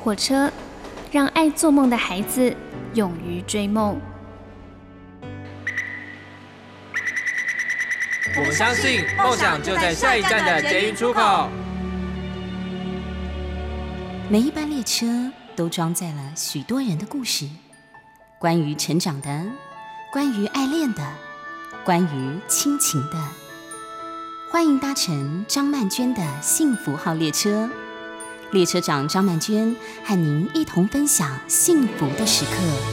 火车，让爱做梦的孩子勇于追梦。 我们相信梦想就在下一站的捷运出口。 每一班列车都装载了许多人的故事，关于成长的，关于爱恋的，关于亲情的。欢迎搭乘张曼娟的幸福号列车，列车长张曼娟和您一同分享幸福的时刻。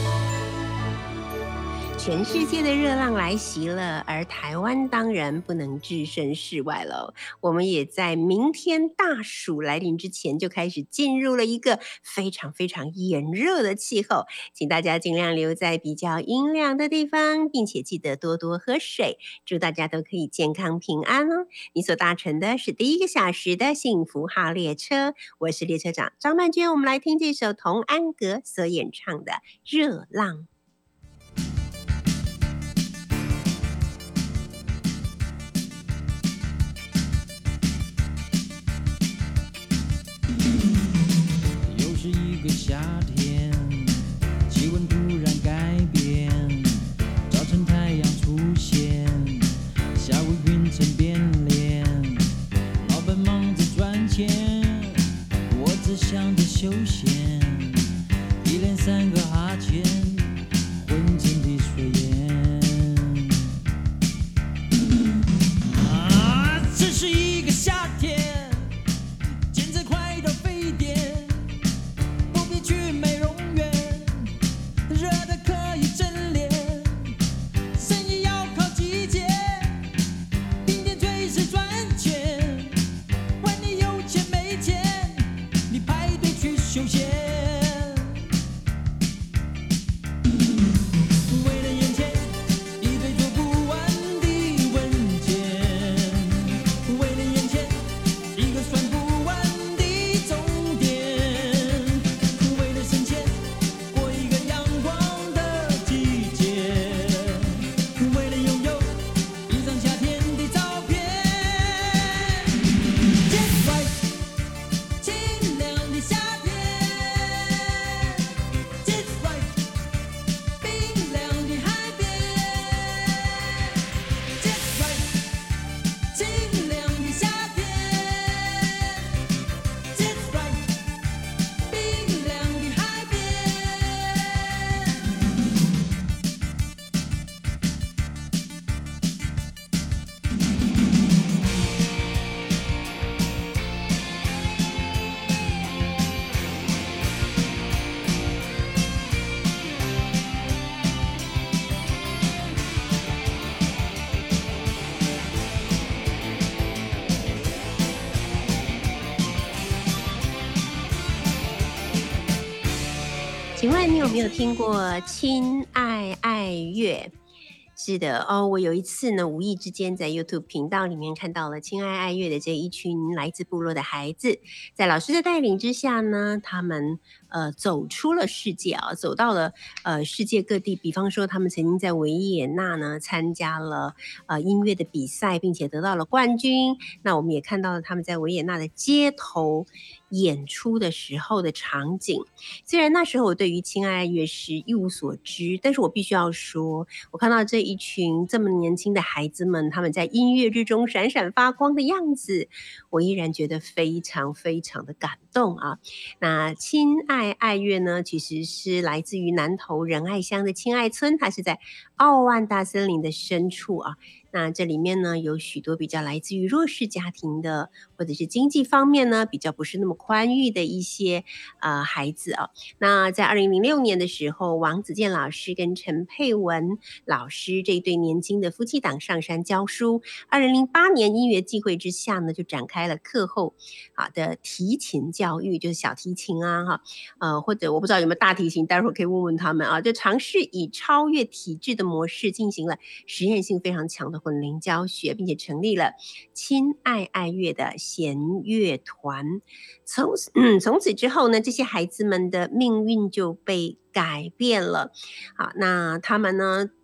全世界的热浪来袭了，而台湾当然不能置身事外了。我们也在明天大暑来临之前就开始进入了一个非常非常炎热的气候，请大家尽量留在比较阴凉的地方，并且记得多多喝水。祝大家都可以健康平安哦。你所搭乘的是第1个小时的幸福号列车，我是列车长张曼娟。我们来听这首童安格所演唱的《热浪》。 一个夏天，气温突然改变，早晨太阳出现，下午云层变脸，老板忙着赚钱，我只想着休闲，一连3个哈欠，浑身的水烟。这是一个夏天，简直快到沸点。去美容院，热的可以蒸脸，生意要靠季节，冰点随时赚钱，管你有钱没钱，你排队去休闲。为了眼前一堆做不完的文件，为了眼前一个算不完的终点。 请问你有没有听过亲爱爱乐？是的哦，我有一次呢，无意之间在 YouTube 频道里面看到了亲爱爱乐的这一群来自部落的孩子，在老师的带领之下呢，他们走出了世界啊，走到了世界各地。比方说，他们曾经在维也纳呢参加了音乐的比赛，并且得到了冠军。那我们也看到了他们在维也纳的街头演出的时候的场景。虽然那时候我对于亲爱爱乐是一无所知，但是我必须要说，我看到这一群这么年轻的孩子们，他们在音乐之中闪闪发光的样子，我依然觉得非常非常的感动啊。那亲爱爱乐呢，其实是来自于南投仁爱乡的亲爱村，它是在奥万大森林的深处啊。那这里面呢，有许多比较来自于弱势家庭的，或者是经济方面呢比较不是那么宽裕的一些孩子啊。那在2006年的时候，王子健老师跟陈佩文老师这一对年轻的夫妻档上山教书。2008年因缘际会之下呢，就展开了课后的提琴教育，就是小提琴啊或者我不知道有没有大提琴，待会儿可以问问他们啊。就尝试以超越体制的模式进行了实验性非常强的混龄教学，并且成立了亲爱爱乐的弦乐团。从此之后呢，这些孩子们的命运就被改变了。好，那他们呢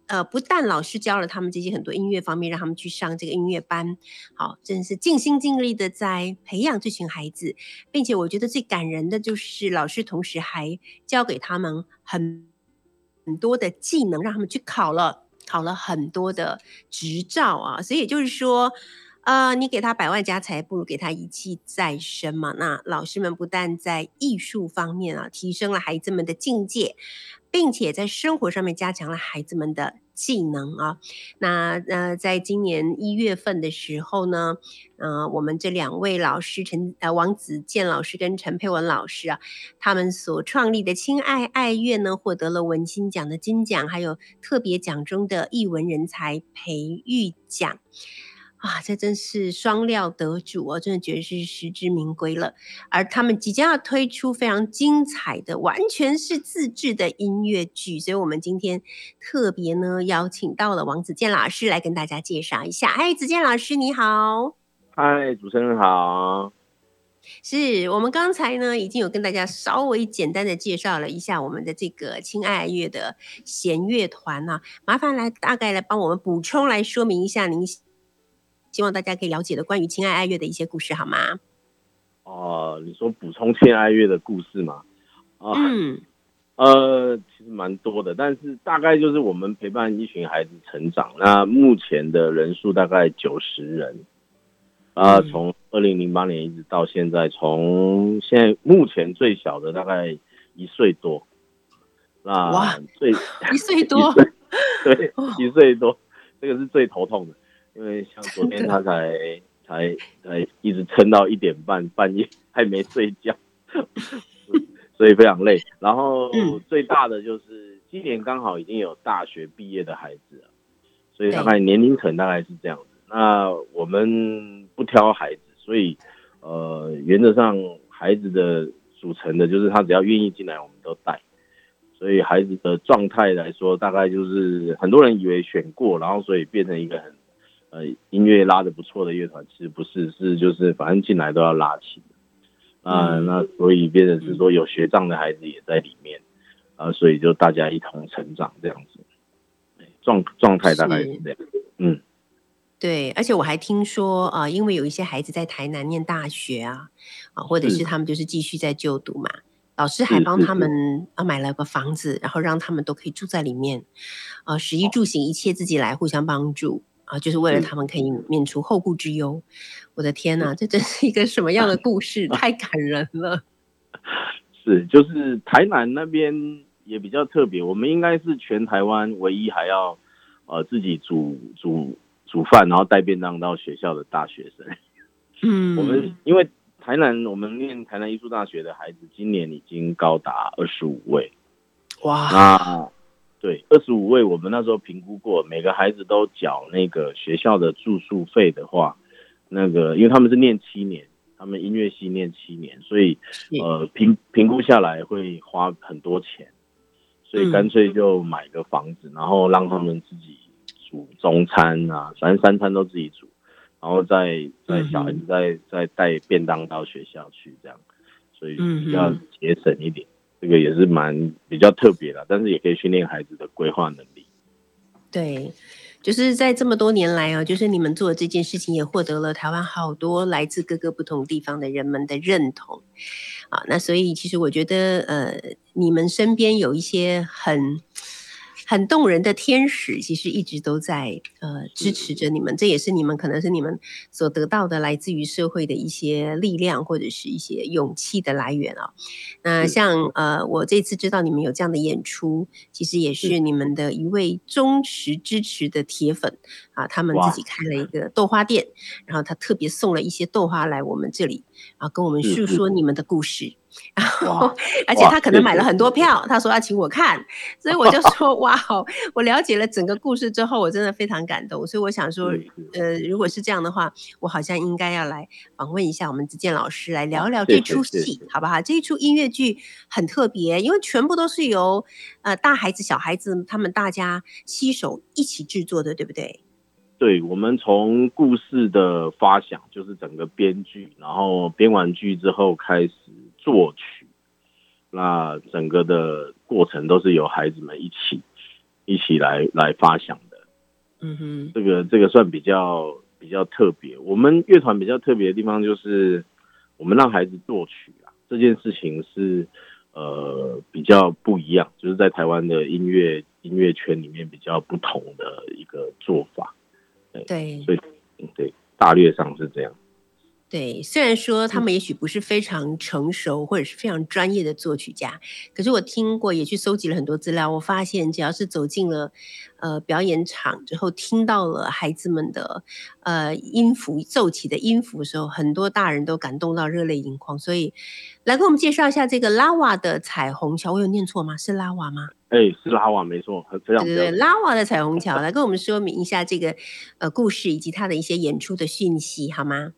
不但老师教了他们这些很多音乐方面，让他们去上这个音乐班，好，真是尽心尽力的在培养这群孩子，并且我觉得最感人的就是老师同时还教给他们很多的技能，让他们去考了很多的执照啊，所以也就是说。你给他100万家财，不如给他一技在身嘛。那老师们不但在艺术方面啊，提升了孩子们的境界，并且在生活上面加强了孩子们的技能啊。那在今年1月份的时候呢，我们这2位老师王子健老师跟陈佩文老师啊，他们所创立的亲爱爱乐呢，获得了文心奖的金奖，还有特别奖中的艺文人才培育奖。啊，这真是双料得主哦，真的觉得是实至名归了。而他们即将要推出非常精彩的，完全是自制的音乐剧，所以我们今天特别呢邀请到了王子健老师来跟大家介绍一下。嗨，子健老师你好。 嗨，主持人好。 是我们刚才呢已经有跟大家稍微简单的介绍了一下我们的这个亲爱爱乐的弦乐团啊，麻烦大概来帮我们补充来说明一下您希望大家可以了解的关于亲爱爱乐的一些故事好吗？ 你说补充亲爱爱乐的故事吗？其实蛮多的，但是大概就是我们陪伴一群孩子成长，那目前的人数大概90人。从2008年一直到现在，从现在目前最小的大概1岁多，那 1岁多， 对，1岁多，这个是最头痛的，因为像昨天他才一直撑到1点半，半夜还没睡觉，所以非常累。然后最大的就是今年刚好已经有大学毕业的孩子了，所以大概年龄层大概是这样子。那我们不挑孩子，所以原则上孩子的组成的就是他只要愿意进来，我们都带。所以孩子的状态来说，大概就是很多人以为选过，然后所以变成一个很音乐拉得不错的乐团，其实不是，是就是反正进来都要拉琴。那所以变成是说有学障的孩子也在里面，所以就大家一同成长这样子。状态大概是这样。 对，而且我还听说因为有一些孩子在台南念大学啊，或者是他们就是继续在就读嘛，老师还帮他们买了个房子，然后让他们都可以住在里面，食衣住行一切自己来，互相帮助就是为了他们可以免除后顾之忧。我的天哪，这真是一个什么样的故事？太感人了。 是，就是台南那边也比较特别，我们应该是全台湾唯一还要自己煮饭，然后带便当到学校的大学生。我们因为我们念台南艺术大学的孩子，今年已经高达25位。 哇！ 那对25位，我们那时候评估过，每个孩子都缴那个学校的住宿费的话，那个因为他们是念7年，他们音乐系念7年，所以评估下来会花很多钱，所以干脆就买个房子，然后让他们自己煮中餐啊，反正3餐都自己煮，然后再小孩子再带便当到学校去这样，所以比较节省一点，这个也是比较特别的，但是也可以训练孩子的规划能力。 对，就是在这么多年来就是你们做的这件事情也获得了台湾好多来自各个不同地方的人们的认同那所以其实我觉得你们身边有一些很动人的天使，其实一直都在支持着你们，这也是可能是你们所得到的来自于社会的一些力量或者是一些勇气的来源那像我这次知道你们有这样的演出，其实也是你们的一位忠实支持的铁粉他们自己开了一个豆花店，然后他特别送了一些豆花来我们这里跟我们诉说你们的故事。然后而且他可能买了很多票，他说要请我看，所以我就说哇我了解了整个故事之后，我真的非常感动，所以我想说如果是这样的话，我好像应该要来访问一下我们子健老师，来聊聊这出戏好不好？这一出音乐剧很特别，因为全部都是由大孩子小孩子他们大家携手一起制作的，对不对？ 对，我们从故事的发想，就是整个编剧，然后编完剧之后开始作曲，那整个的过程都是由孩子们一起。 一起来发想的。这个算比较特别。我们乐团比较特别的地方就是我们让孩子作曲啊，这件事情是比较不一样，就是在台湾的音乐圈里面比较不同的一个做法。 对， 所以对，大略上是这样。 对，虽然说他们也许不是非常成熟或者是非常专业的作曲家，可是我听过，也去搜集了很多资料，我发现只要是走进了表演场之后，听到了孩子们的音符奏起的音符的时候，很多大人都感动到热泪盈眶。所以来给我们介绍一下这个拉瓦的彩虹桥，我有念错吗？是拉瓦吗？ 是拉瓦，没错，非常对，拉瓦的彩虹桥，来跟我们说明一下这个故事以及它的一些演出的讯息，好吗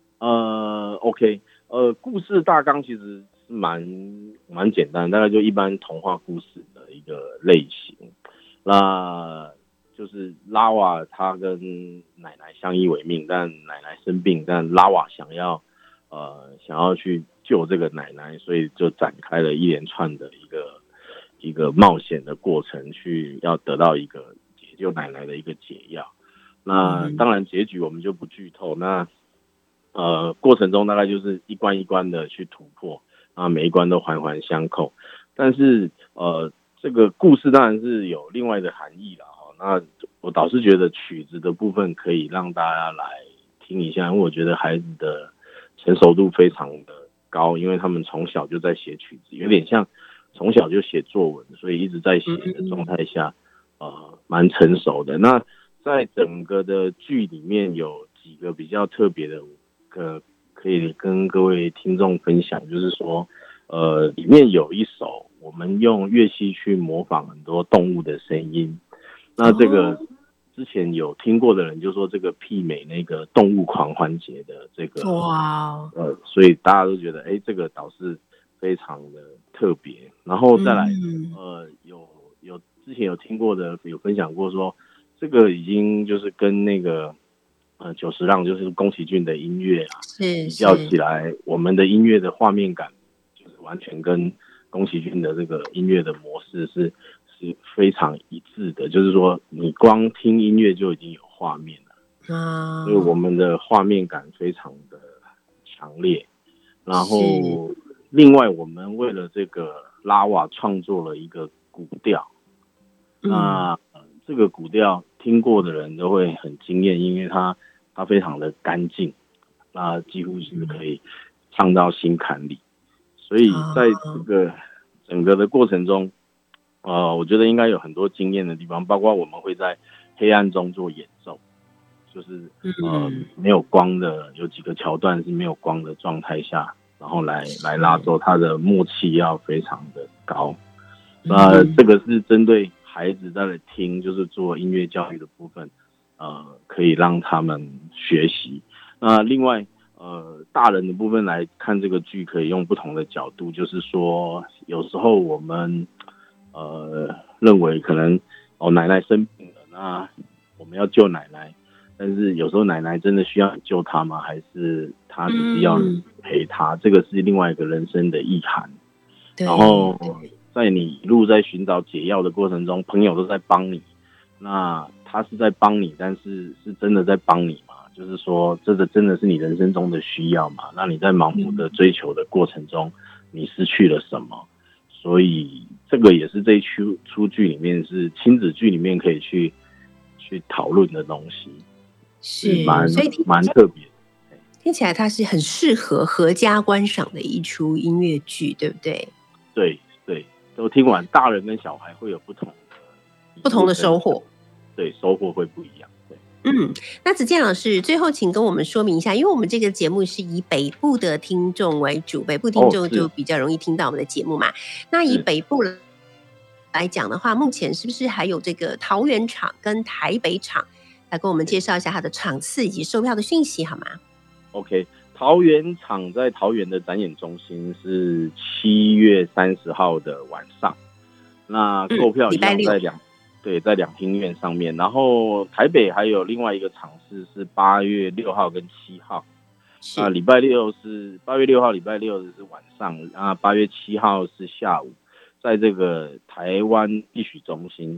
？OK， 故事大纲其实是蛮简单，大概就一般童话故事的一个类型。那就是拉瓦他跟奶奶相依为命，但奶奶生病，但拉瓦想要去救这个奶奶，所以就展开了一连串的一个冒险的过程，去要得到一个解救奶奶的一个解药。那当然结局我们就不剧透。那过程中大概就是一关一关的去突破，啊，每一关都环环相扣。但是这个故事当然是有另外的含义啦。那我倒是觉得曲子的部分可以让大家来听一下，因为我觉得孩子的成熟度非常的高，因为他们从小就在写曲子，有点像从小就写作文，所以一直在写的状态下，蛮成熟的。那在整个的剧里面有几个比较特别的，可以跟各位听众分享，就是说，里面有一首我们用乐器去模仿很多动物的声音。那这个之前有听过的人就说这个媲美那个动物狂欢节的这个， 哇， 所以大家都觉得，这个倒是非常的特别。然后再来，有之前有听过的，有分享过说，这个已经就是跟那个久石让就是宫崎骏的音乐啊，比较起来，我们的音乐的画面感就是完全跟宫崎骏的这个音乐的模式是非常一致的，就是说你光听音乐就已经有画面了啊，所以我们的画面感非常的强烈。然后另外我们为了这个拉瓦创作了一个古调，那这个古调听过的人都会很惊艳，因为它非常的干净，那几乎是可以唱到心坎里。所以在这个整个的过程中，我觉得应该有很多惊艳的地方，包括我们会在黑暗中做演奏，就是没有光的，有几个桥段是没有光的状态下，然后来拉奏，它的默契要非常的高。那这个是针对孩子在听，就是做音乐教育的部分，可以让他们学习。那另外大人的部分来看这个剧，可以用不同的角度，就是说有时候我们认为可能奶奶生病了，那我们要救奶奶，但是有时候奶奶真的需要你救她吗？还是她只是要你陪她？这个是另外一个人生的意涵。然后在你一路在寻找解药的过程中，朋友都在帮你，那他是在帮你，但是是真的在帮你吗？就是说这个真的是你人生中的需要吗？那你在盲目的追求的过程中，你失去了什么？所以这个也是这一出剧里面，是亲子剧里面可以去讨论的东西，是蛮特别的。 听起来它是很适合合家观赏的一出音乐剧，对不对？ 对，都听完，大人跟小孩会有不同的收获， 对，收获会不一样。 那子健老师最后请跟我们说明一下，因为我们这个节目是以北部的听众为主，北部听众就比较容易听到我们的节目嘛。那以北部来讲的话，目前是不是还有这个桃园场跟台北场？来跟我们介绍一下它的场次以及售票的讯息好吗 ？OK， 桃园场在桃园的展演中心是7月30号的晚上，那购票一样在两厅院上面。然后台北还有另外一个场次是8月6号跟7号，礼拜六是8月6号礼拜六是晚上，8月7号是下午，在这个台湾艺术中心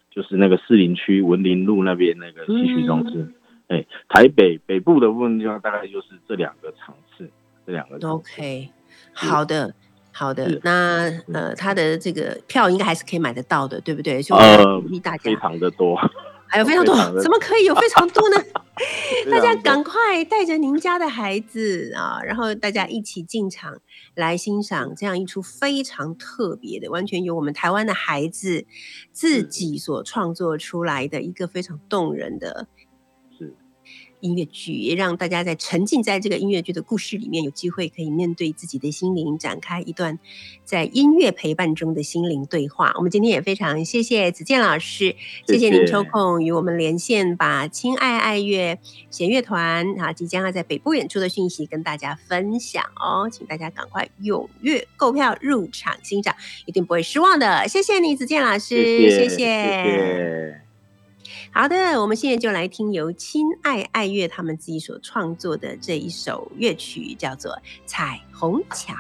就是那个士林区文林路那边那个戏曲中心。台北北部的部分地方大概就是这两个场次。 OK， 好的。那他的这个票应该还是可以买得到的，对不对？所以我鼓励大家， 非常的多， 还有非常多，怎么可以有非常多呢？大家赶快带着您家的孩子啊，然后大家一起进场来欣赏这样一出非常特别的，完全由我们台湾的孩子自己所创作出来的一个非常动人的音乐剧，也让大家在沉浸在这个音乐剧的故事里面，有机会可以面对自己的心灵，展开一段在音乐陪伴中的心灵对话。我们今天也非常谢谢子健老师，谢谢您抽空与我们连线，把亲爱爱乐弦乐团即将要在北部演出的讯息跟大家分享哦，请大家赶快踊跃购票入场欣赏，一定不会失望的。谢谢你，子健老师，谢谢。好的，我们现在就来听由亲爱爱乐他们自己所创作的这一首乐曲，叫做《彩虹桥》。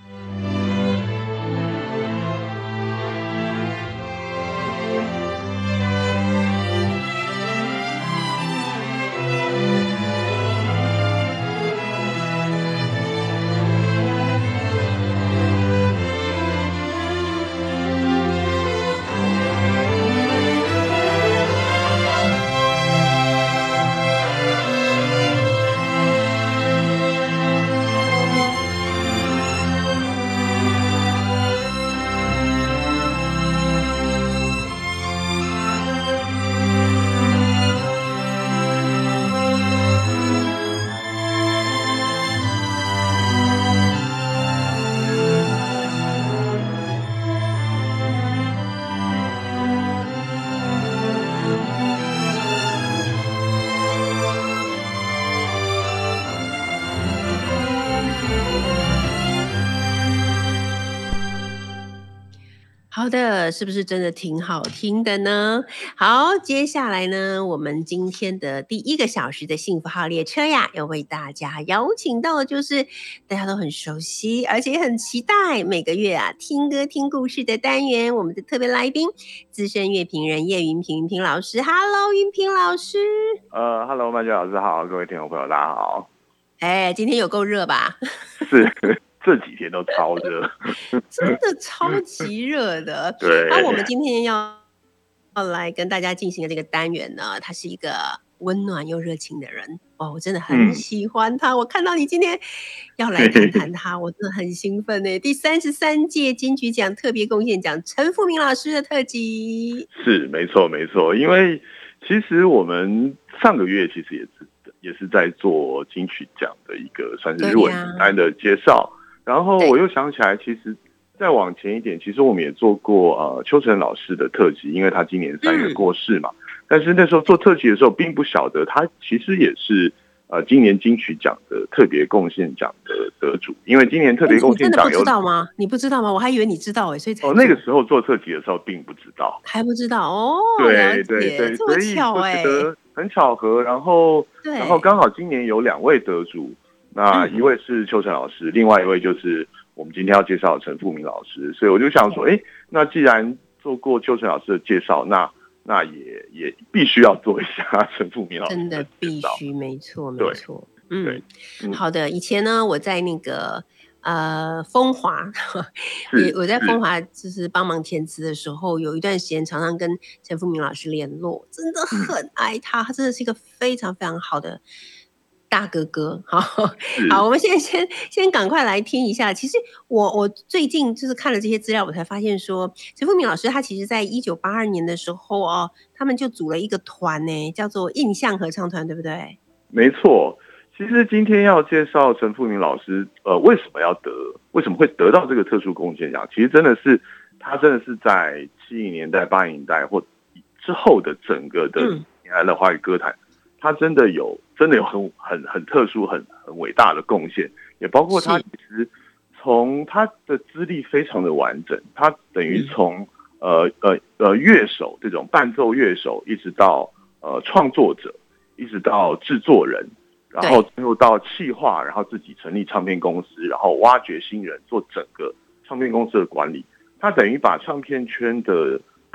好的，是不是真的挺好听的呢？好，接下来呢，我们今天的第1个小时的幸福号列车呀，要为大家邀请到的就是大家都很熟悉，而且很期待每个月听歌听故事的单元，我们的特别来宾，资深乐评人叶云平老师。Hello， 云平老师。 Hello， 曼娟老师好，各位听众朋友大家好。 今天有够热吧？ 是。这几天都超热， 真的超级热的。 对， 那我们今天要来跟大家进行的这个单元呢，他是一个温暖又热情的人哦，我真的很喜欢他。我看到你今天要来谈谈他，我真的很兴奋呢。第33届金曲奖特别贡献奖陈富明老师的特辑， 是没错，因为其实我们上个月其实也是在做金曲奖的一个算是日文名单的介绍。然后我又想起来，其实再往前一点，其实我们也做过邱晨老师的特辑，因为他今年3月过世嘛。但是那时候做特辑的时候，并不晓得他其实也是今年金曲奖的特别贡献奖的得主。因为今年特别贡献奖有， 你真的不知道吗？你不知道吗？我还以为你知道所以才那个时候做特辑的时候并不知道， 还不知道哦。 对， 这么巧所以我觉得很巧合。然后刚好今年有2位得主。那一位是邱晨老师，另外一位就是我们今天要介绍的陈富明老师，所以我就想说，那既然做过邱晨老师的介绍，那也必须要做一下陈富明老师的介绍，真的必须，没错。 对， 好的。以前呢，我在那个风华，我在风华就是帮忙填词的时候，有一段时间常常跟陈富明老师联络，真的很爱他，他真的是一个非常非常好的大哥哥。好，我们现在先赶快来听一下。其实我最近就是看了这些资料，我才发现说，陈富明老师他其实在1982年的时候他们就组了一个团呢，叫做印象合唱团，对不对？ 没错。其实今天要介绍陈富明老师，为什么会得到这个特殊贡献奖？其实他真的是在70年代、80年代或之后的整个的年来的华语歌坛。他真的有很特殊、很伟大的贡献，也包括他其实从他的资历非常的完整，他等于从乐手这种伴奏乐手，一直到创作者，一直到制作人，然后进入到企划，然后自己成立唱片公司，然后挖掘新人，做整个唱片公司的管理。他等于把唱片圈的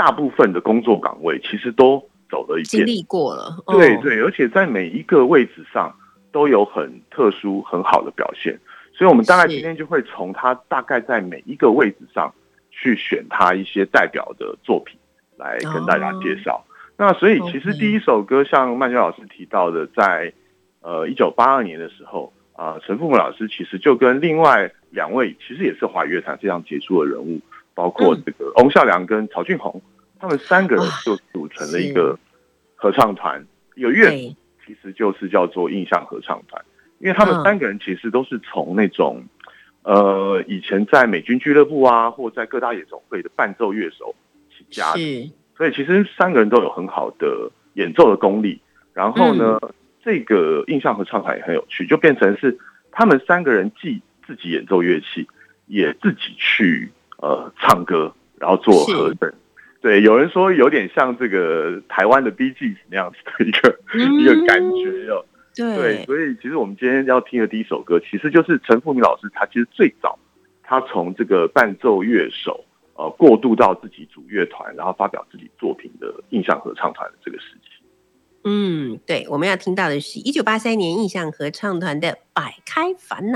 大部分的工作岗位其实都走了一遍， 经历过了。 对对，而且在每一个位置上都有很特殊、很好的表现，所以我们大概今天就会从他大概在每一个位置上去选他一些代表的作品来跟大家介绍。那所以其实第一首歌，像曼娟老师提到的，在1982年的时候，陈富母老师其实就跟另外2位其实也是华语乐坛非常杰出的人物，包括这个翁孝良跟曹俊宏，他们3个人就组成了一个合唱团，一个乐团其实就是叫做印象合唱团，因为他们3个人其实都是从那种以前在美军俱乐部啊，或在各大夜总会的伴奏乐手起家的，所以其实3个人都有很好的演奏的功力。然后呢，这个印象合唱团也很有趣，就变成是他们3个人既自己演奏乐器，也自己去唱歌，然后做和声。对，有人说有点像这个台湾的 Bee Gees 那样子的一个感觉哦。对，所以其实我们今天要听的第一首歌，其实就是陈富明老师，他其实最早他从这个伴奏乐手过渡到自己组乐团，然后发表自己作品的印象合唱团的这个时期。 对，我们要听到的是1983年印象合唱团的《摆开烦恼》。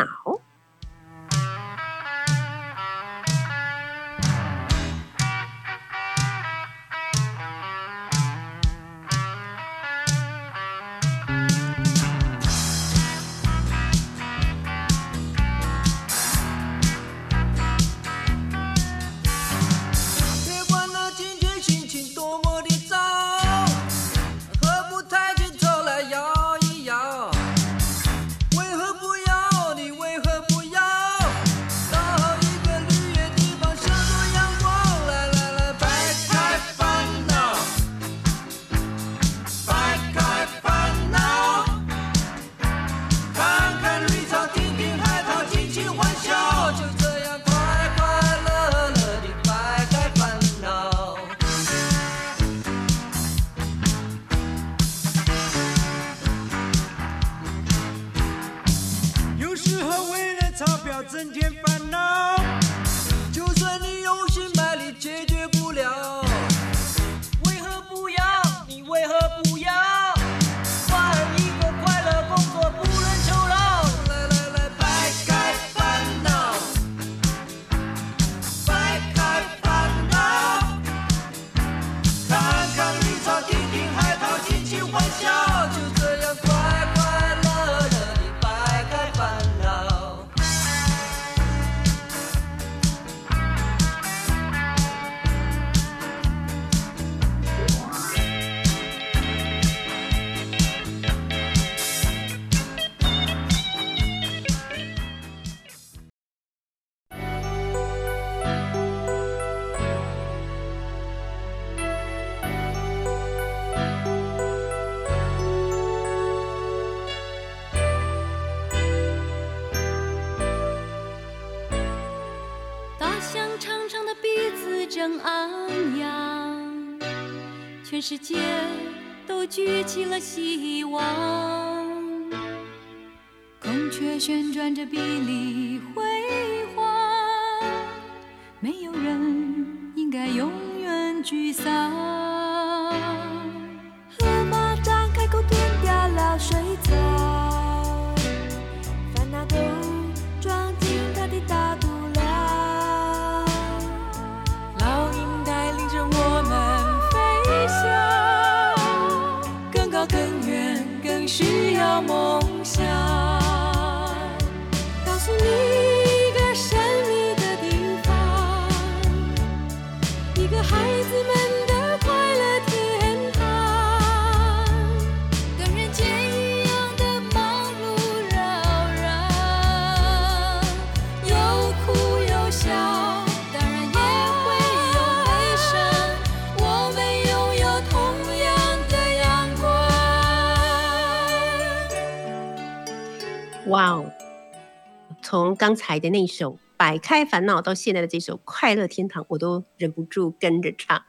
整天烦恼，就算你用心卖力解决不了，为何不要？你为何不要？换一个快乐工作，不论酬劳。来来来，摆开烦恼，摆开烦恼，看看绿草，听听海涛，尽情欢笑，就这样快快乐乐地摆开烦恼。 正昂扬，全世界都举起了希望。孔雀旋转着碧丽辉煌，没有人应该永远沮丧。河马张开口吞掉了水草，烦恼都装进它的大肚。需要梦想，告诉你一个神秘的地方，一个孩子们的快乐天堂，跟人间一样的忙碌扰攘，有哭有笑，当然也会有悲伤，我们拥有同样的阳光。 哇哦！从刚才的那首《摆开烦恼》到现在的这首《快乐天堂》，我都忍不住跟着唱。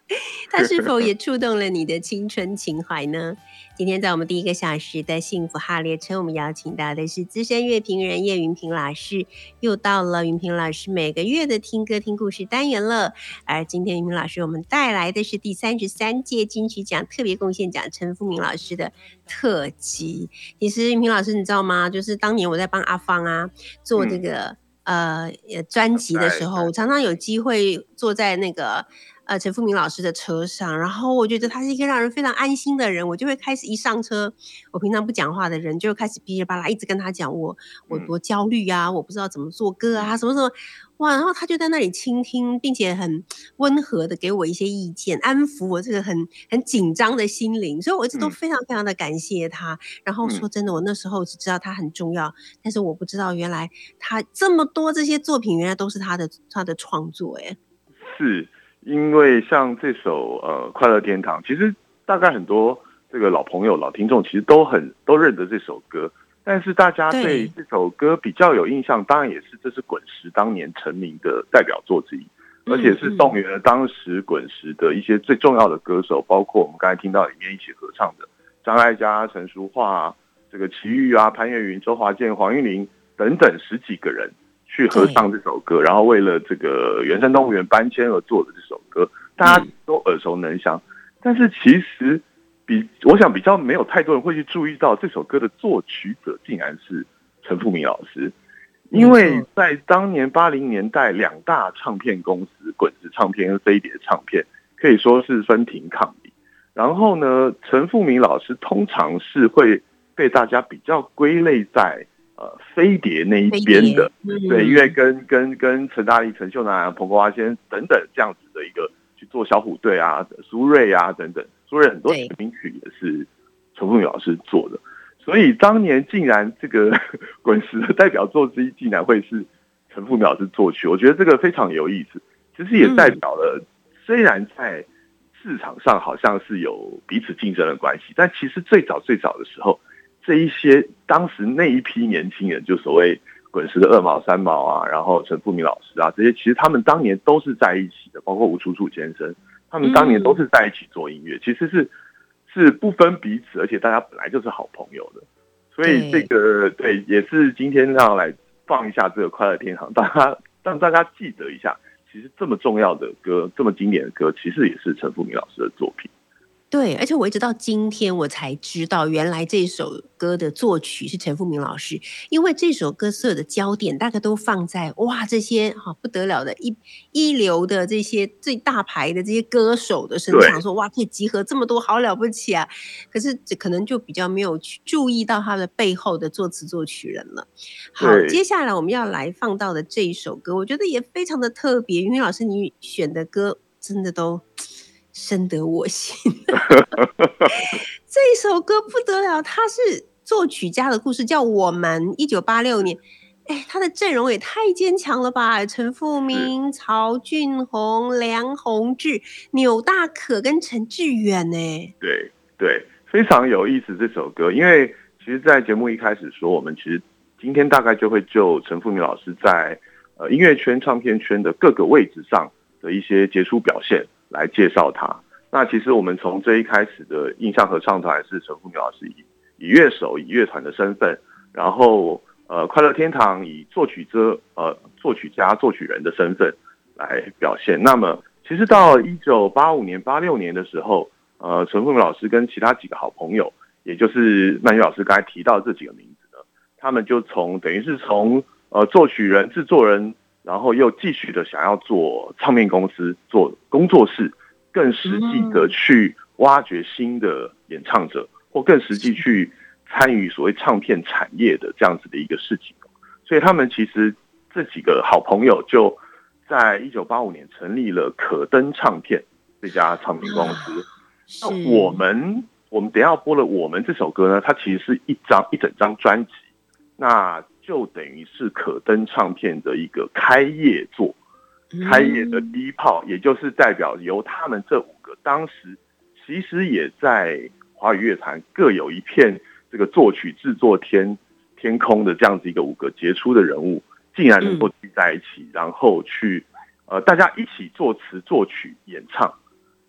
它是否也触动了你的青春情怀呢？今天在我们第一个小时的幸福号列车，我们邀请到的是资深乐评人叶云平老师，又到了云平老师每个月的听歌听故事单元了。而今天云平老师我们带来的是第33届金曲奖特别贡献奖陈富明老师的特辑。其实云平老师你知道吗？就是当年我在帮阿芳啊做这个、专辑的时候，我常常有机会坐在那个陈富明老师的车上，然后我觉得他是一个让人非常安心的人，我就会开始一上车，我平常不讲话的人就开始噼里啪啦一直跟他讲我多焦虑啊，我不知道怎么做歌啊，什么什么，哇，然后他就在那里倾听，并且很温和的给我一些意见，安抚我这个很紧张的心灵，所以我一直都非常非常的感谢他。然后说真的，我那时候只知道他很重要，但是我不知道原来他这么多这些作品原来都是他的创作。 是因为像这首快乐天堂，其实大概很多这个老朋友老听众其实都认得这首歌，但是大家对这首歌比较有印象，当然也是这是滚石当年成名的代表作之一，而且是动员了当时滚石的一些最重要的歌手，包括我们刚才听到里面一起合唱的张艾嘉、陈淑桦、这个齐豫啊、潘越云、周华健、黄韵玲等等10几个人去合唱这首歌，然后为了这个圆山动物园搬迁而做的这首歌，大家都耳熟能详。但是其实我想比较没有太多人会去注意到这首歌的作曲者竟然是陈富明老师，因为在当年80年代2大唱片公司滚石唱片和飞碟唱片可以说是分庭抗礼。然后呢，陈富明老师通常是会被大家比较归类在飞碟那一边的，对，因为跟陈大力、陈秀楠、彭国华先生等等这样子的一个去做小虎队啊、苏芮啊等等，苏芮很多成名曲也是陈富明老师做的，所以当年竟然这个滚石的代表作之一竟然会是陈富明老师作曲，我觉得这个非常有意思。其实也代表了，虽然在市场上好像是有彼此竞争的关系，但其实最早的时候，这一些当时那一批年轻人，就所谓滚石的2毛3毛啊，然后陈富明老师啊，这些其实他们当年都是在一起的，包括吴楚楚先生，他们当年都是在一起做音乐，其实是不分彼此，而且大家本来就是好朋友的，所以这个对也是今天让来放一下这个快乐天堂，让大家记得一下，其实这么重要的歌，这么经典的歌，其实也是陈富明老师的作品。 对，而且我一直到今天我才知道，原来这首歌的作曲是陈富明老师，因为这首歌所有的焦点大概都放在哇这些不得了的一流的这些最大牌的这些歌手的身上，说哇可以集合这么多，好了不起啊！可是可能就比较没有去注意到他的背后的作词作曲人了。好，接下来我们要来放到的这一首歌，我觉得也非常的特别，云老师你选的歌真的都深得我心。这首歌不得了，它是作曲家的故事，叫《我们》，1986年。他的阵容也太坚强了吧！陈富明、曹俊宏、梁鸿志、钮大可跟陈志远呢？ 对，非常有意思这首歌，因为其实，在节目一开始说，我们其实今天大概就会就陈富明老师在音乐圈、唱片圈的各个位置上的一些杰出表现来介绍他。那其实我们从这一开始的印象合唱团是陈富明老师以乐手、以乐团的身份，然后快乐天堂以作曲家、作曲人的身份来表现。那么其实到1985年、86年的时候，陈富明老师跟其他几个好朋友，也就是曼玉老师刚才提到这几个名字呢，他们就等于是从作曲人、制作人，然后又继续的想要做唱片公司、做工作室，更实际的去挖掘新的演唱者，或更实际去参与所谓唱片产业的这样子的一个事情。所以他们其实这几个好朋友就在1985年成立了可登唱片这家唱片公司。那我们等一下播了《我们》这首歌呢，它其实是一整张专辑，那就等于是可登唱片的一个开业作。开业的第一炮，也就是代表由他们这5个当时其实也在华语乐坛各有一片这个作曲制作天空的这样子一个5个杰出的人物，竟然能够聚在一起，然后去大家一起作词作曲演唱，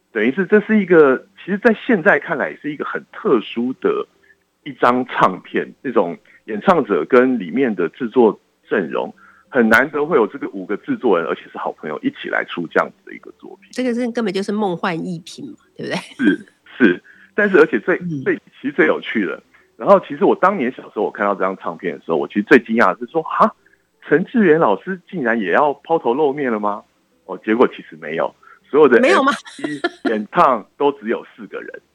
等于是这是一个，其实在现在看来也是一个很特殊的一张唱片，那种演唱者跟里面的制作阵容很难得会有这个5个制作人，而且是好朋友一起来出这样子的一个作品。 这个根本就是梦幻逸品嘛，对不对？ 是，但是而且其实最有趣的，然后其实我当年小时候我看到这张唱片的时候，我其实最惊讶的是说，哈，陈志远老师竟然也要抛头露面了吗？结果其实没有，所有的 MV 演唱都只有4个人，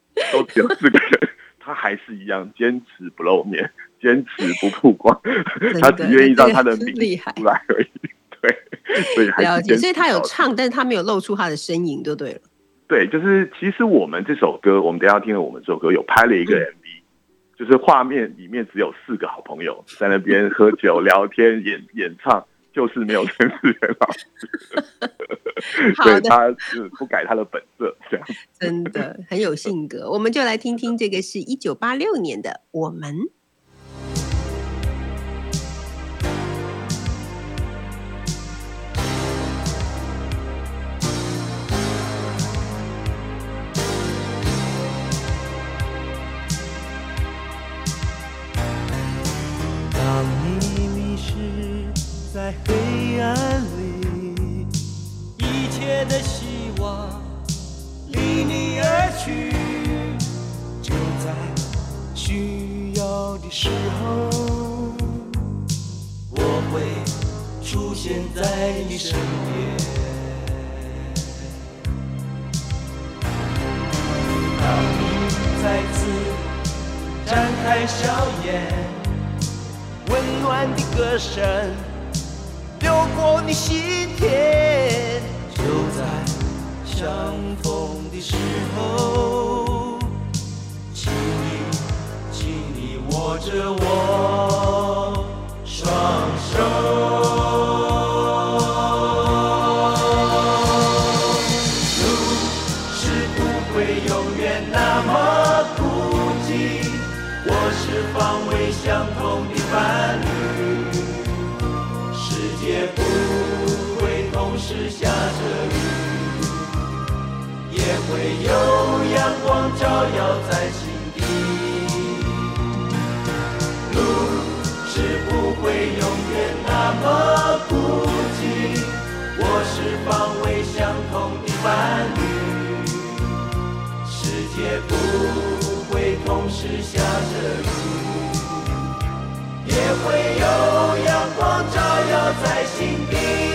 他还是一样坚持不露面，坚持不曝光，他只愿意让他的名字出来而已。对，所以还是了解。所以他有唱，但是他没有露出他的身影，就对了。 对，就是其实我们这首歌，我们等一下听了我们这首歌有拍了一个 MV，就是画面里面只有4个好朋友在那边喝酒聊天演唱，就是没有陈志远老师，所以他不改他的本色，这样真的很有性格。我们就来听听这个是1986年的《我们》。 当你迷失在黑暗里，一切的希望离你而去，就在需要的时候，我会出现在你身边。当你再次展开笑颜，温暖的歌声流过你心田，就在相逢的时候，请你握着我双手。路是不会永远那么孤寂，我是方位相同的伴侣，世界不会同时下着雨，也会有阳光照耀在心底。路是不会永远那么孤寂，我是方位相同的伴侣，世界不会同时下着雨，也会有阳光照耀在心底。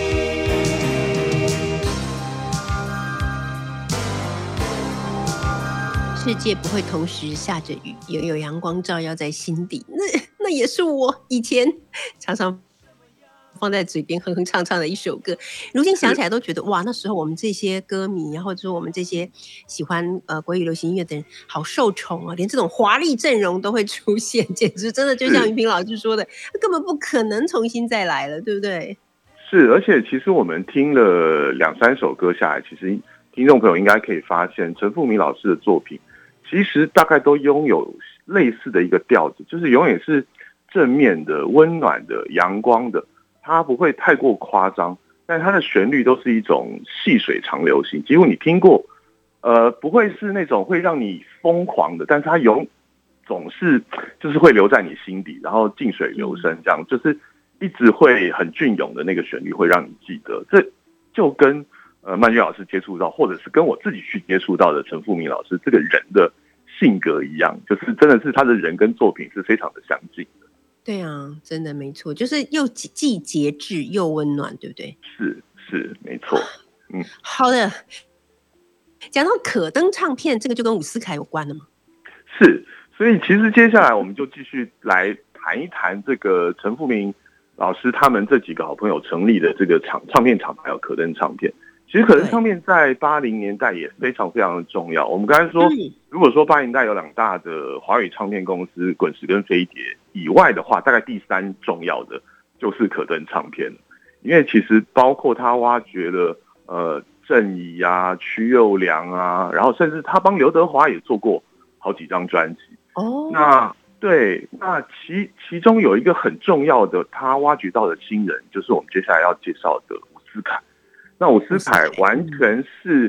世界不会同时下着雨，也有阳光照耀在心底。那也是我以前常常放在嘴边哼哼唱唱的一首歌，如今想起来都觉得哇，那时候我们这些歌迷，或者说我们这些喜欢国语流行音乐的人，好受宠啊，连这种华丽阵容都会出现，简直真的就像云平老师说的，根本不可能重新再来了，对不对？ 是，而且其实我们听了2-3首歌下来，其实听众朋友应该可以发现，陈富明老师的作品其实大概都拥有类似的一个调子，就是永远是正面的、温暖的、阳光的，它不会太过夸张，但它的旋律都是一种细水长流型，几乎你听过，不会是那种会让你疯狂的，但是它总是就是会留在你心底，然后静水流深，这样就是一直会很隽永的那个旋律会让你记得。这就跟曼娟老师接触到，或者是跟我自己去接触到的陈富明老师这个人的性格一样，就是真的是他的人跟作品是非常的相近的。 对啊，真的没错，就是又既节制又温暖，对不对？ 是没错。 好的，讲到可登唱片，这个就跟伍思凯有关了吗？ 是，所以其实接下来我们就继续来谈一谈这个陈富明老师他们这几个好朋友成立的这个唱片厂牌有可登唱片。其实可登唱片在80年代也非常非常的重要。我们刚才说，如果说80年代有2大的华语唱片公司滚石跟飞碟以外的话，大概第3重要的就是可登唱片，因为其实包括他挖掘了郑怡啊、曲佑良啊，然后甚至他帮刘德华也做过好几张专辑。那其中有一个很重要的他挖掘到的新人，就是我们接下来要介绍的伍思凯。那伍思凯完全是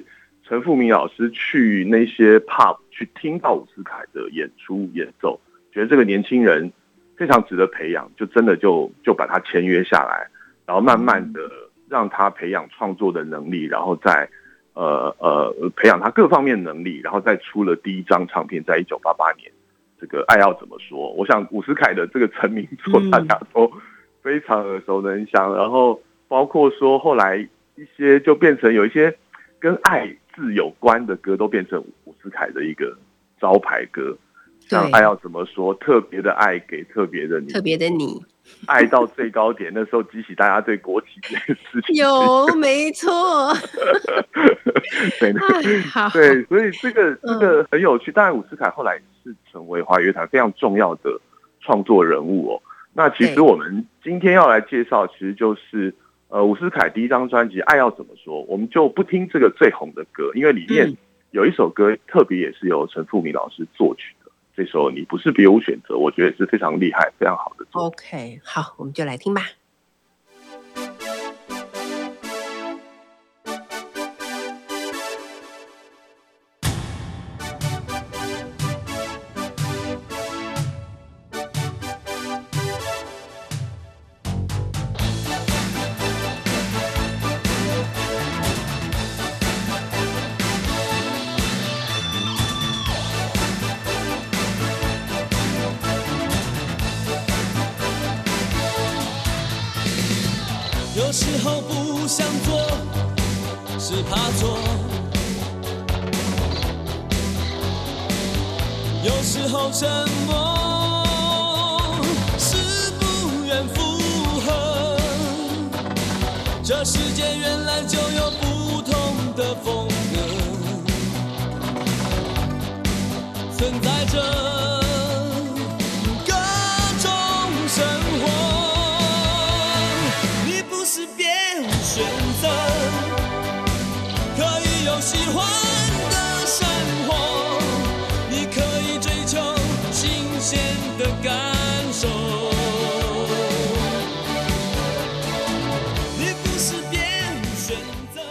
陈富明老师去那些 pub 去听到伍思凯的演出演奏，觉得这个年轻人非常值得培养，就真的就把他签约下来，然后慢慢的让他培养创作的能力，然后再培养他各方面能力，然后再出了第一张唱片，在1988年，这个爱要怎么说？我想伍思凯的这个成名作大家都非常耳熟能详，然后包括说后来一些就变成有一些跟爱字有关的歌，都变成伍思凯的一个招牌歌。像爱要怎么说？特别的爱给特别的你， 特别的你， 爱到最高点。那时候激起大家对国旗这件事情， 有没错。 对对，所以这个很有趣。当然，伍思凯后来是成为华语乐坛非常重要的创作人物哦。那其实我们今天要来介绍，其实就是伍思凯第一张专辑《爱要怎么说》，我们就不听这个最红的歌，因为里面有一首歌特别也是由陈富明老师作曲的。这首你不是别无选择，我觉得是非常厉害、非常好的作品。 OK， 好，我们就来听吧。 有时候不想做，是怕错；有时候沉默，是不愿附和。这世界原来就有不同的风格，存在着各种生活。是别无选择，可以有喜欢的生活，你可以追求新鲜的感受。你不是别无选择。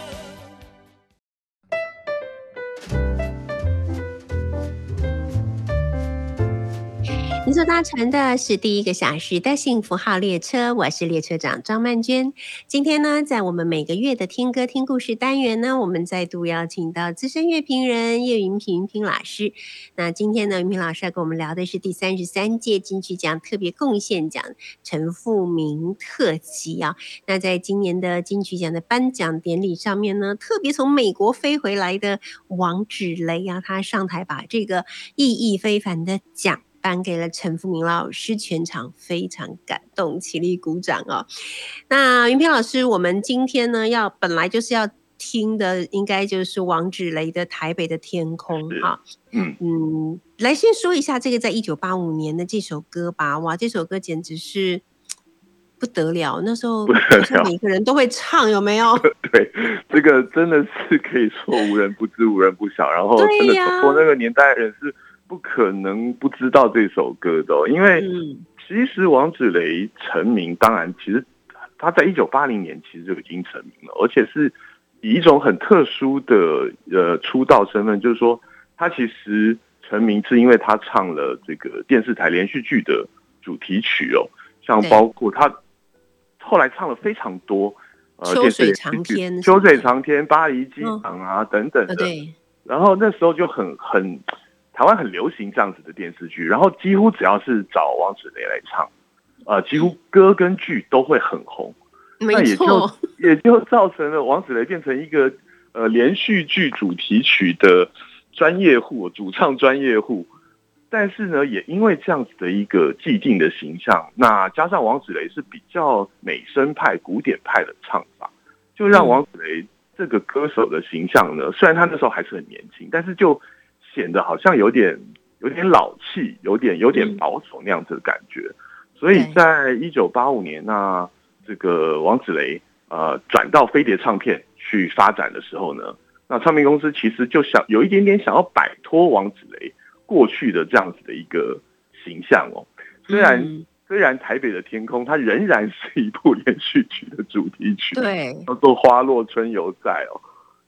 您所搭乘的是第一个小时的幸福号列车，我是列车长张曼娟。今天呢，在我们每个月的听歌听故事单元呢，我们再度邀请到资深乐评人叶云平老师。那今天呢，云平老师要跟我们聊的是第33届金曲奖特别贡献奖陈富明特辑啊。那在今年的金曲奖的颁奖典礼上面呢，特别从美国飞回来的王芷蕾啊，他上台把这个意义非凡的奖颁给了陈富明老师，全场非常感动，起立鼓掌哦。那云平老师，我们今天呢本来就是要听的，应该就是王芷蕾的《台北的天空》哈。来先说一下这个在1985年的这首歌吧。哇，这首歌简直是不得了，那时候每个人都会唱，有没有？ 对，这个真的是可以说无人不知，无人不晓。然后真的走过那个年代的人是不可能不知道这首歌的因为其实王芷蕾成名，当然其实她在1980年其实就已经成名了，而且是以一种很特殊的出道身份，就是说她其实成名是因为她唱了这个电视台连续剧的主题曲像包括她后来唱了非常多秋水长天、 秋水长天、巴黎机场啊等等的。 对， 然后那时候就很台湾很流行这样子的电视剧，然后几乎只要是找王芷蕾来唱，几乎歌跟剧都会很红。 没错， 也就造成了王芷蕾变成一个连续剧主题曲的专业户，主唱专业户。但是呢，也因为这样子的一个既定的形象，那加上王芷蕾是比较美声派、古典派的唱法，就让王芷蕾这个歌手的形象呢，虽然她那时候还是很年轻，但是就显得好像有点老气，有点保守那样子的感觉。所以在1985年，那这个王芷蕾转到飞碟唱片去发展的时候呢，那唱片公司其实就有一点点想要摆脱王芷蕾过去的这样子的一个形象虽然台北的天空它仍然是一部连续剧的主题曲， 对， 叫做《花落春犹在》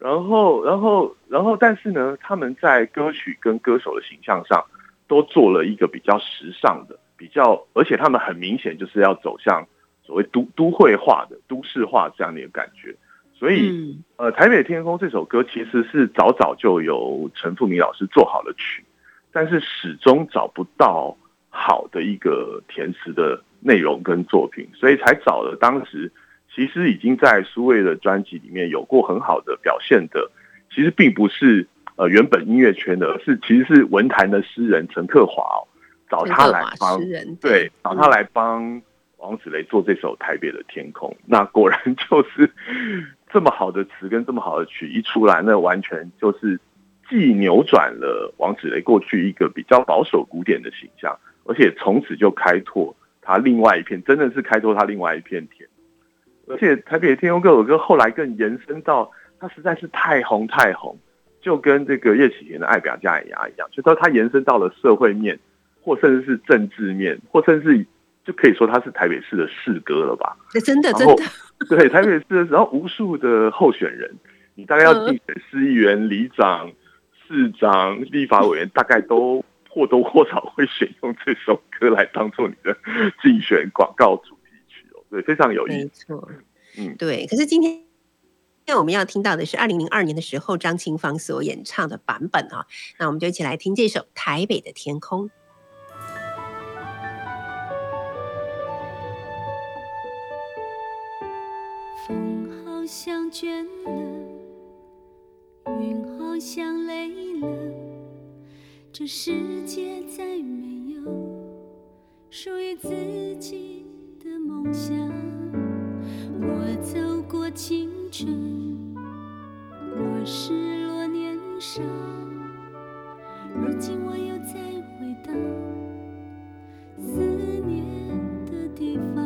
但是呢，他们在歌曲跟歌手的形象上都做了一个比较时尚的，而且他们很明显就是要走向所谓都会化的、都市化这样的一个感觉。所以，台北天空这首歌其实是早早就有陈富明老师做好了曲，但是始终找不到好的一个填词的内容跟作品，所以才找了当时其实已经在苏芮的专辑里面有过很好的表现的，其实并不是原本音乐圈的，而是其实是文坛的诗人陈克华找他来帮，对，找他来帮王子雷做这首《台北的天空》。那果然就是这么好的词跟这么好的曲一出来，那完全就是既扭转了王子雷过去一个比较保守古典的形象，而且从此就开拓他另外一片，真的是开拓他另外一片天。而且《台北的天空》这首歌后来更延伸到，它实在是太红，就跟这个叶启田的《爱表加牙》一样，就说它延伸到了社会面，或甚至是政治面，或甚至就可以说它是台北市的市歌了吧？ 真的， 对，台北市的，然后无数的候选人，你大概要竞选市议员、里长、市长、立法委员，大概都或多或少会选用这首歌来当做你的竞选广告主题曲对，非常有意思。 没错，对。可是今天我们要听到的是2002年的时候张清芳所演唱的版本那我们就一起来听这首《台北的天空》。 风好像倦了，云好像累了，这世界再没有属于自己的梦想。我走过青春，我失落年少，如今我又再回到思念的地方。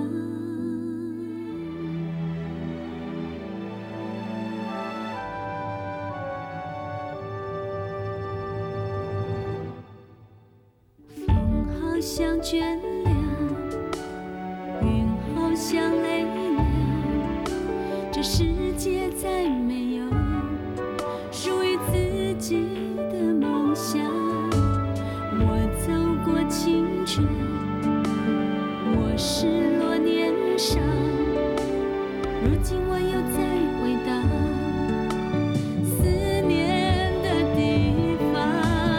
好像倦了，云好像累了，这世界再没有属于自己的梦想。我走过青春，我失落年少，如今我又再回到思念的地方。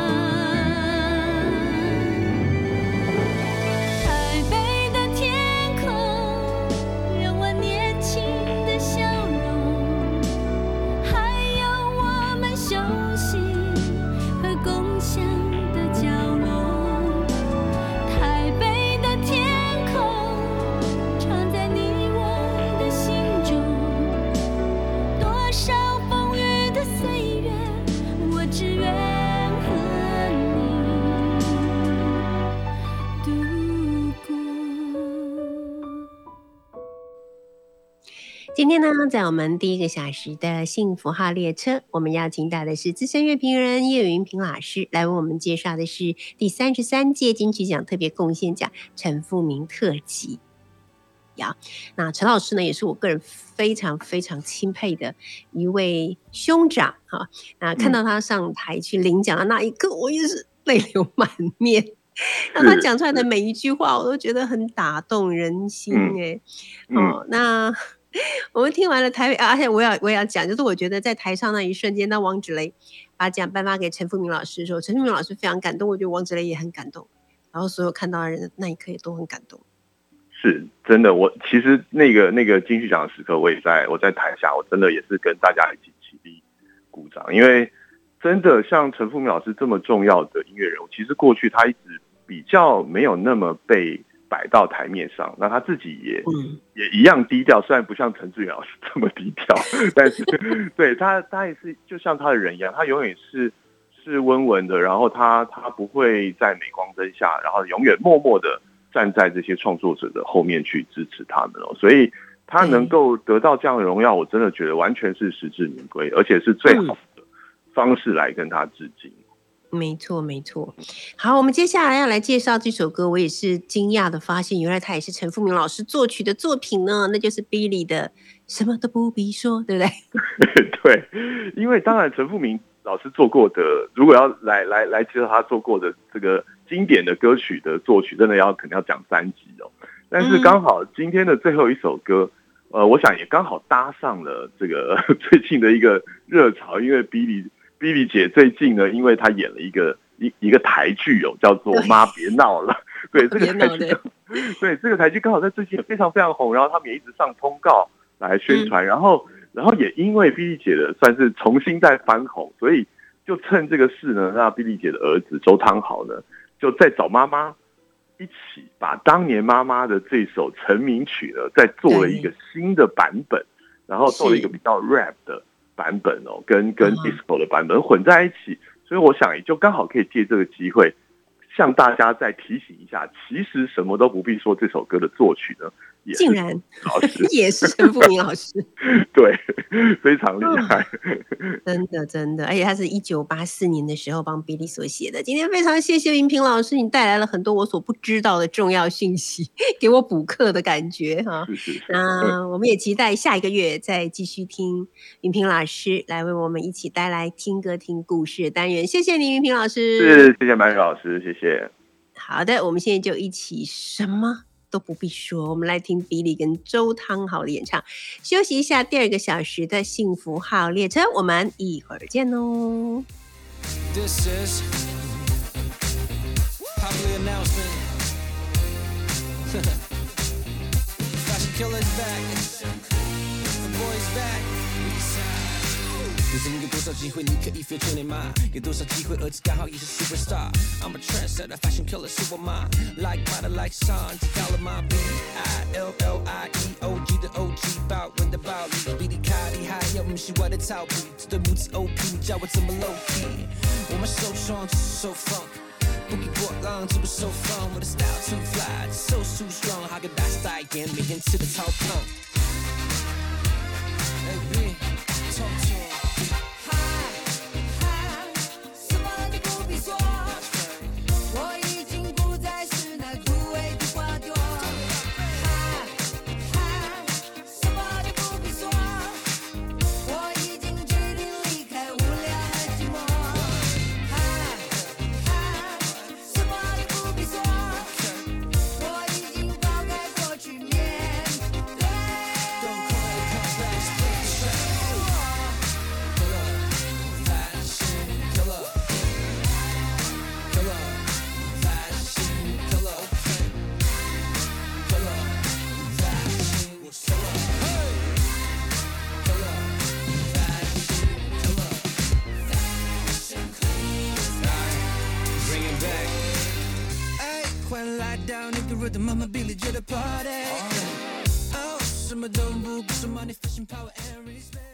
今天呢，在我们第一个小时的幸福号列车，我们邀请到的是资深乐评人叶云平老师，来为我们介绍的是第33届金曲奖特别贡献奖陈富明特辑。那陈老师呢，也是我个人非常非常钦佩的一位兄长那看到他上台去领奖的那一刻，我也是泪流满面。那他讲出来的每一句话，我都觉得很打动人心那我们听完了台北而且我也要讲，就是我觉得在台上那一瞬间，当王芷雷把奖颁发给陈富明老师的时候，陈富明老师非常感动，我觉得王芷雷也很感动，然后所有看到的人那一刻也都很感动。 是真的，我其实那个金曲奖的时刻，我在台下，我真的也是跟大家一起起立鼓掌，因为真的像陈富明老师这么重要的音乐人物，其实过去他一直比较没有那么被摆到台面上，那他自己也一样低调，虽然不像陈志远老师这么低调，但是对他也是就像他的人一样，他永远是温文的，然后他不会在镁光灯下，然后永远默默的站在这些创作者的后面去支持他们所以他能够得到这样的荣耀，我真的觉得完全是实至名归，而且是最好的方式来跟他致敬。 没错，没错。好，我们接下来要来介绍这首歌，我也是惊讶的发现，原来它也是陈富明老师作曲的作品呢，那就是 Billy 的什么都不必说，对不对？ 对，因为当然陈富明老师做过的，如果要来介绍他做过的这个经典的歌曲的作曲，真的可能要讲3集哦。但是刚好今天的最后一首歌，我想也刚好搭上了这个最近的一个热潮，因为 Billy 姐最近呢，因为她演了一个台剧哦，叫做《妈别闹了》。对，这个台剧，对这个台剧刚好在最近也非常非常红，然后他们也一直上通告来宣传，然后也因为 Billy 姐的算是重新再翻红，所以就趁这个事呢，让 Billy 姐的儿子周汤豪呢，就再找妈妈一起把当年妈妈的这首成名曲呢，再做了一个新的版本，然后做了一个比较 rap 的版本哦，跟 disco 的版本混在一起，所以我想也就刚好可以借这个机会，向大家再提醒一下，其实什么都不必说，这首歌的作曲呢， 竟然老师也是陈富明老师， 对，非常厉害， 真的，而且他是1984年的时候帮 Billy 所写的。今天非常谢谢云平老师，你带来了很多我所不知道的重要信息，给我补课的感觉哈。那我们也期待下一个月再继续听云平老师来为我们一起带来听歌听故事的单元。谢谢你，云平老师。 是，谢谢满宇老师，谢谢。 好的，我们现在就一起什么都不必说，我们来听比利跟周汤豪的演唱。休息一下，第2个小时的幸福号列车，我们一会儿见哦。 This is public announcement. Fashion killer's back. The boy's back. 人生有多少机会你可以 feature 你妈？有多少机会儿子刚好也是 superstar？ I'm a trendsetter, fashion killer 是我妈。Like mother like son， 只到了妈 BILLIEOG 的 OG 爆人的暴力，比你卡厉害又不是我的草皮，这对母子 OP， 你叫我怎么 low key？ 我们 so strong， 就是 so funk。不给波浪，只不 so fun， 我的 style too fly， so strong， 还跟大 style 一样，每天吃的超胖。Hey B， talk to him。的妈妈比利觉得 party， 哦，什么都不顾，什么你 fashion power and respect。